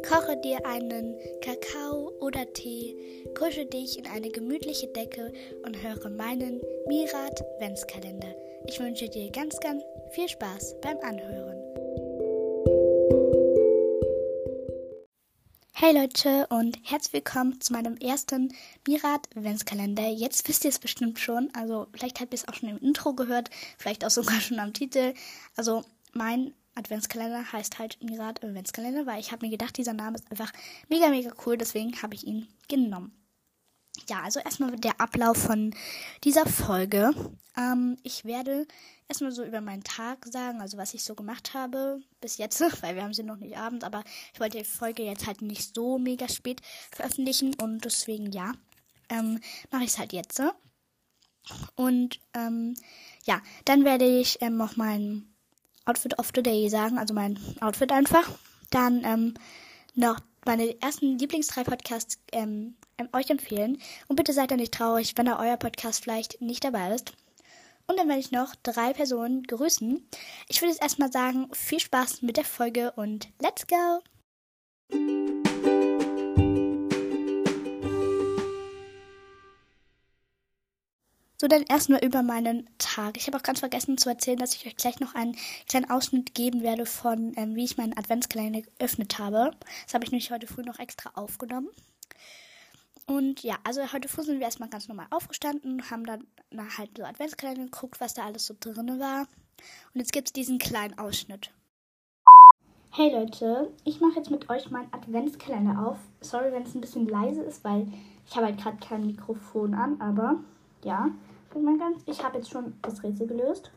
Koche dir einen Kakao oder Tee, kuschel dich in eine gemütliche Decke und höre meinen Mirat-Ventskalender. Ich wünsche dir ganz, ganz viel Spaß beim Anhören. Hey Leute und herzlich willkommen zu meinem ersten Mirat-Ventskalender. Jetzt wisst ihr es bestimmt schon, also vielleicht habt ihr es auch schon im Intro gehört, vielleicht auch sogar schon am Titel. Also mein Adventskalender heißt halt Mirat Adventskalender, weil ich habe mir gedacht, dieser Name ist einfach mega, mega cool, deswegen habe ich ihn genommen. Ja, also erstmal der Ablauf von dieser Folge. Ich werde erstmal so über meinen Tag sagen, also was ich so gemacht habe bis jetzt, weil wir haben sie noch nicht abends, aber ich wollte die Folge jetzt halt nicht so mega spät veröffentlichen und deswegen ja, mache ich es halt jetzt. Und ja, dann werde ich noch mein Outfit of the Day sagen, also mein Outfit einfach. Dann noch meine ersten Lieblings-3 Podcasts euch empfehlen. Und bitte seid da nicht traurig, wenn da euer Podcast vielleicht nicht dabei ist. Und dann werde ich noch 3 Personen grüßen. Ich würde jetzt erstmal sagen, viel Spaß mit der Folge und let's go! So, dann erstmal über meinen Tag. Ich habe auch ganz vergessen zu erzählen, dass ich euch gleich noch einen kleinen Ausschnitt geben werde von, wie ich meinen Adventskalender geöffnet habe. Das habe ich nämlich heute früh noch extra aufgenommen. Und ja, also heute früh sind wir erstmal ganz normal aufgestanden, haben dann halt so Adventskalender geguckt, was da alles so drin war. Und jetzt gibt es diesen kleinen Ausschnitt. Hey Leute, ich mache jetzt mit euch meinen Adventskalender auf. Sorry, wenn es ein bisschen leise ist, weil ich habe halt gerade kein Mikrofon an, aber ja. Ich habe jetzt schon das Rätsel gelöst.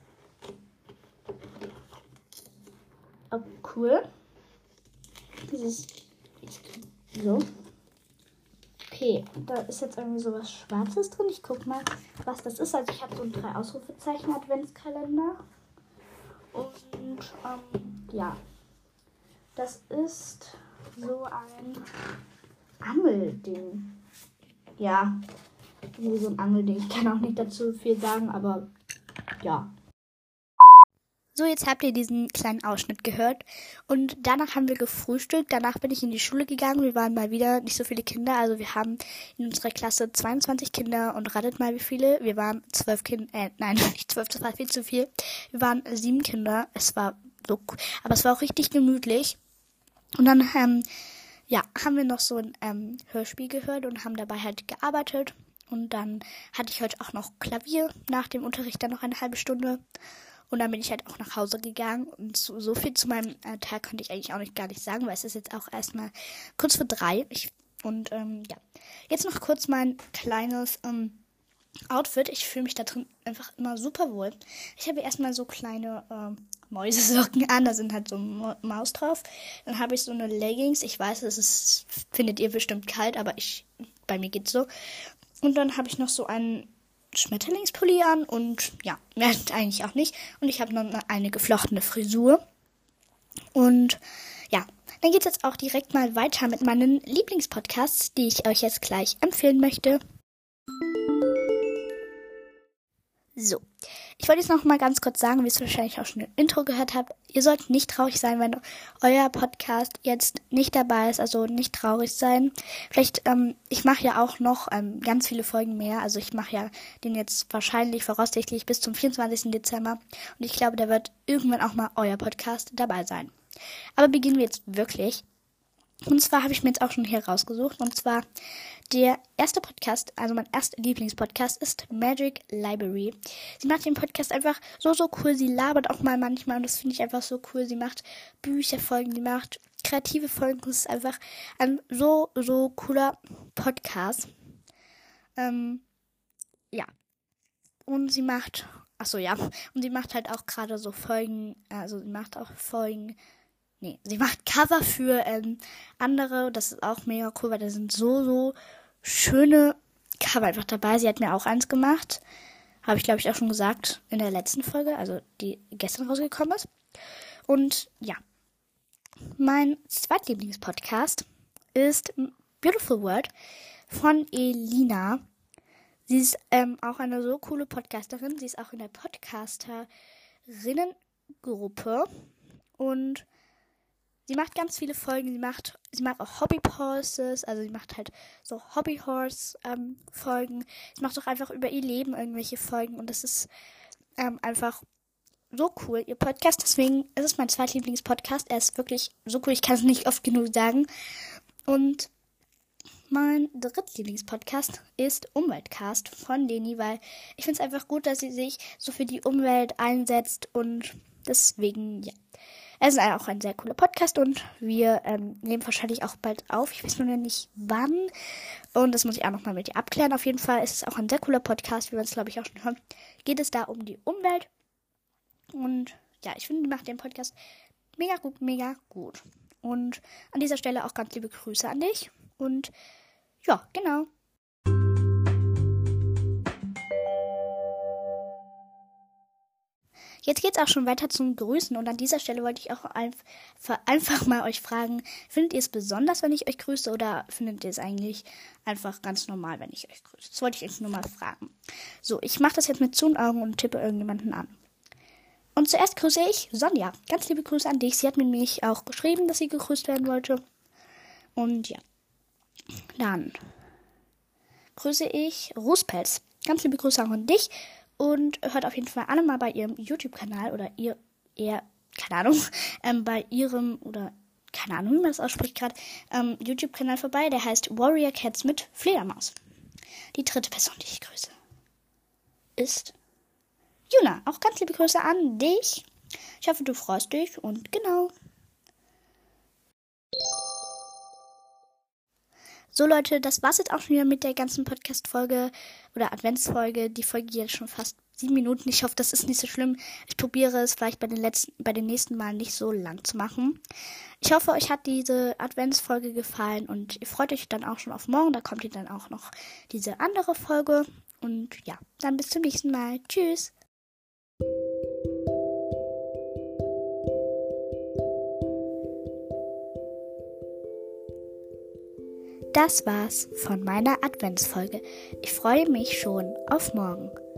Oh, cool. Dieses so. Okay, da ist jetzt irgendwie so was Schwarzes drin. Ich guck mal, was das ist. Also ich habe so einen 3 Ausrufezeichen Adventskalender. Und ja, das ist so ein Angelding. Ja, wie so ein Angelding. Ich kann auch nicht dazu viel sagen, aber ja. So, jetzt habt ihr diesen kleinen Ausschnitt gehört und danach haben wir gefrühstückt, danach bin ich in die Schule gegangen, wir waren mal wieder nicht so viele Kinder, also wir haben in unserer Klasse 22 Kinder und ratet mal wie viele, wir waren 12 Kinder, nein, nicht 12, das war viel zu viel, wir waren 7 Kinder, es war so cool, aber es war auch richtig gemütlich und dann, ja, haben wir noch so ein Hörspiel gehört und haben dabei halt gearbeitet und dann hatte ich heute auch noch Klavier nach dem Unterricht, dann noch eine halbe Stunde. Und dann bin ich halt auch nach Hause gegangen. Und so viel zu meinem Tag konnte ich eigentlich auch gar nicht sagen, weil es ist jetzt auch erstmal kurz vor 3. Ja. Jetzt noch kurz mein kleines Outfit. Ich fühle mich da drin einfach immer super wohl. Ich habe erstmal so kleine Mäusesocken an. Da sind halt so Maus drauf. Dann habe ich so eine Leggings. Ich weiß, findet ihr bestimmt kalt, aber bei mir geht's so. Und dann habe ich noch so einen Schmetterlingspulli an und ja, mehr eigentlich auch nicht. Und ich habe noch eine geflochtene Frisur. Und ja, dann geht es jetzt auch direkt mal weiter mit meinen Lieblingspodcasts, die ich euch jetzt gleich empfehlen möchte. So, ich wollte jetzt noch mal ganz kurz sagen, wie ihr es wahrscheinlich auch schon im Intro gehört habt, ihr sollt nicht traurig sein, wenn euer Podcast jetzt nicht dabei ist, also nicht traurig sein. Vielleicht, ich mache ja auch noch ganz viele Folgen mehr, also ich mache ja den jetzt wahrscheinlich voraussichtlich bis zum 24. Dezember und ich glaube, da wird irgendwann auch mal euer Podcast dabei sein. Aber beginnen wir jetzt wirklich. Und zwar habe ich mir jetzt auch schon hier rausgesucht. Und zwar der erste Podcast, also mein erster Lieblingspodcast ist Magic Library. Sie macht den Podcast einfach so cool. Sie labert auch mal manchmal und das finde ich einfach so cool. Sie macht Bücherfolgen, sie macht kreative Folgen. Das ist einfach ein so cooler Podcast. Ja. Und sie macht, und sie macht halt auch gerade so Folgen, also sie macht auch Folgen. Nee, sie macht Cover für andere. Das ist auch mega cool, weil da sind so schöne Cover einfach dabei. Sie hat mir auch eins gemacht. Habe ich, glaube ich, auch schon gesagt in der letzten Folge, also die gestern rausgekommen ist. Und ja, mein zweitlieblingspodcast ist Beautiful World von Elina. Sie ist auch eine so coole Podcasterin. Sie ist auch in der Podcasterinnengruppe und sie macht ganz viele Folgen. Sie macht auch Hobby-Horses, also sie macht halt so Hobby-Horse-Folgen. Sie macht auch einfach über ihr Leben irgendwelche Folgen und das ist einfach so cool, ihr Podcast. Deswegen ist es mein zweitlieblings-Podcast. Er ist wirklich so cool, ich kann es nicht oft genug sagen. Und mein drittlieblings-Podcast ist Umweltcast von Leni, weil ich finde es einfach gut, dass sie sich so für die Umwelt einsetzt und deswegen, ja. Es ist auch ein sehr cooler Podcast und wir nehmen wahrscheinlich auch bald auf. Ich weiß nur nicht wann und das muss ich auch nochmal mit ihr abklären. Auf jeden Fall ist es auch ein sehr cooler Podcast, wie wir es glaube ich auch schon hören. Geht es da um die Umwelt und ja, ich finde, die macht den Podcast mega gut. Und an dieser Stelle auch ganz liebe Grüße an dich und ja, genau. Jetzt geht's auch schon weiter zum Grüßen und an dieser Stelle wollte ich auch einfach mal euch fragen, findet ihr es besonders, wenn ich euch grüße oder findet ihr es eigentlich einfach ganz normal, wenn ich euch grüße? Das wollte ich euch nur mal fragen. So, ich mache das jetzt mit zu den Augen und tippe irgendjemanden an. Und zuerst grüße ich Sonja. Ganz liebe Grüße an dich. Sie hat mir nämlich auch geschrieben, dass sie gegrüßt werden wollte. Und ja, dann grüße ich Rußpelz. Ganz liebe Grüße auch an dich. Und hört auf jeden Fall alle mal bei ihrem YouTube-Kanal oder keine Ahnung, bei ihrem, oder keine Ahnung, wie man das ausspricht gerade, YouTube-Kanal vorbei. Der heißt Warrior Cats mit Fledermaus. Die dritte Person, die ich grüße, ist Juna. Auch ganz liebe Grüße an dich. Ich hoffe, du freust dich und genau. So Leute, das war's jetzt auch schon wieder mit der ganzen Podcast-Folge oder Adventsfolge. Die Folge geht jetzt schon fast 7 Minuten. Ich hoffe, das ist nicht so schlimm. Ich probiere es vielleicht bei den nächsten Mal nicht so lang zu machen. Ich hoffe, euch hat diese Adventsfolge gefallen und ihr freut euch dann auch schon auf morgen. Da kommt ihr dann auch noch diese andere Folge. Und ja, dann bis zum nächsten Mal. Tschüss. Das war's von meiner Adventsfolge. Ich freue mich schon auf morgen.